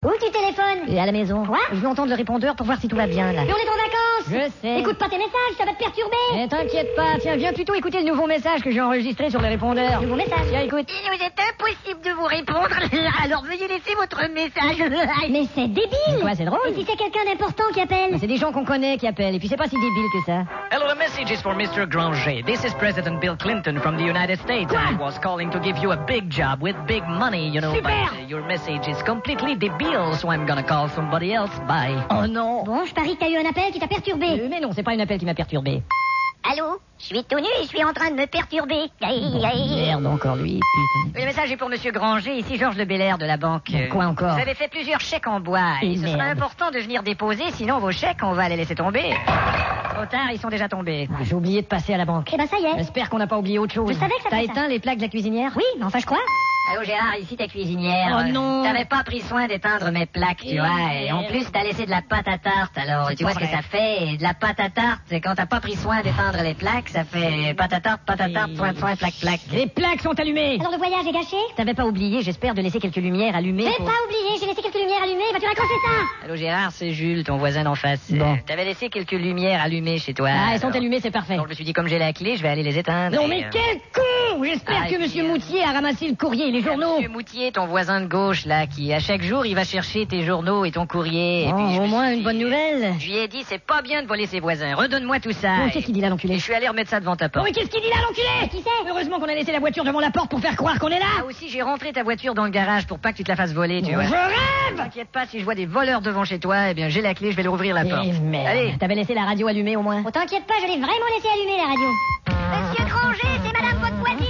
Où tu téléphones? Et à la maison. Quoi? Je veux entendre le répondeur pour voir si tout va bien, là. Mais on est en vacances. Je sais. Écoute pas tes messages, ça va te perturber. Eh, t'inquiète pas. Tiens, viens plutôt écouter le nouveau message que j'ai enregistré sur le répondeur. Nouveau message. Tiens, écoute. Il nous est impossible de vous répondre, alors veuillez laisser votre message. Mais c'est débile. Quoi, c'est drôle? Et si c'est quelqu'un d'important qui appelle? Mais c'est des gens qu'on connaît qui appellent, et puis c'est pas si débile que ça. Hello, the message is for Mr. Granger. This is President Bill Clinton from the United States. I was calling to give you a big job with big money, you know. Super. But your message is completely debile, so I'm gonna call somebody else. Bye. Oh non. Bon, je parie que t'as eu un appel qui t'a perturbé. Mais non, c'est pas un appel qui m'a perturbé. Allô? Je suis tout nu et je suis en train de me perturber. Merde, encore lui, putain. Le message est pour Monsieur Granger, ici Georges Le Belair de la banque. Quoi encore? Vous avez fait plusieurs chèques en bois et ce sera merde. important de venir déposer, sinon vos chèques, on va les laisser tomber. Trop tard, ils sont déjà tombés. J'ai oublié de passer à la banque. Eh ben, ça y est. J'espère qu'on n'a pas oublié autre chose. Je savais que ça T'as ferait ça. éteint les plaques de la cuisinière? Oui, mais enfin, je crois. Allô Gérard, ici ta cuisinière. Oh non. T'avais pas pris soin d'éteindre mes plaques, tu vois. Et en plus, t'as laissé de la pâte à tarte. Alors, tu vois ce que ça fait? Et de la pâte à tarte, c'est quand t'as pas pris soin d'éteindre les plaques, ça fait pâte à tarte, soin, plaque, plaque. Les plaques sont allumées. Alors, le voyage est gâché? T'avais pas oublié, j'espère, de laisser quelques lumières allumées. J'ai pas oublié, j'ai laissé quelques lumières allumées. Vas-tu raccrocher ça? Allô Gérard, c'est Jules, ton voisin d'en face. Bon. T'avais laissé quelques lumières allumées chez toi. Ah, elles sont alors. allumées, c'est parfait. Donc je me suis dit, comme j'ai la clé, je vais aller les éteindre. Non, et, mais quel con! J'espère Ah, que Monsieur Moutier a ramassé le courrier et les journaux. Monsieur Moutier, ton voisin de gauche, là, qui à chaque jour, il va chercher tes journaux et ton courrier. Et puis, je au me moins suis une dit- bonne nouvelle. Je lui ai dit, c'est pas bien de voler ses voisins. Redonne-moi tout ça. Oh, qu'est-ce qu'il dit là, Et l'enculé? je suis allé remettre ça devant ta Oh, porte. mais qu'est-ce qu'il dit là, l'enculé? Qui c'est? Heureusement qu'on a laissé la voiture devant la porte pour faire croire qu'on est Ah, là. aussi, j'ai rentré ta voiture dans le garage pour pas que tu te la fasses voler, tu vois. Je rêve! T'inquiète pas, si je vois des voleurs devant chez toi, eh bien, j'ai la clé, je vais leur ouvrir la porte. Eh merde. Allez. T'avais laissé la radio allumée au moins? Oh, t'inquiète pas, je l'ai vraiment laissé allumer, la radio. Monsieur Granger, c'est madame votre voisine.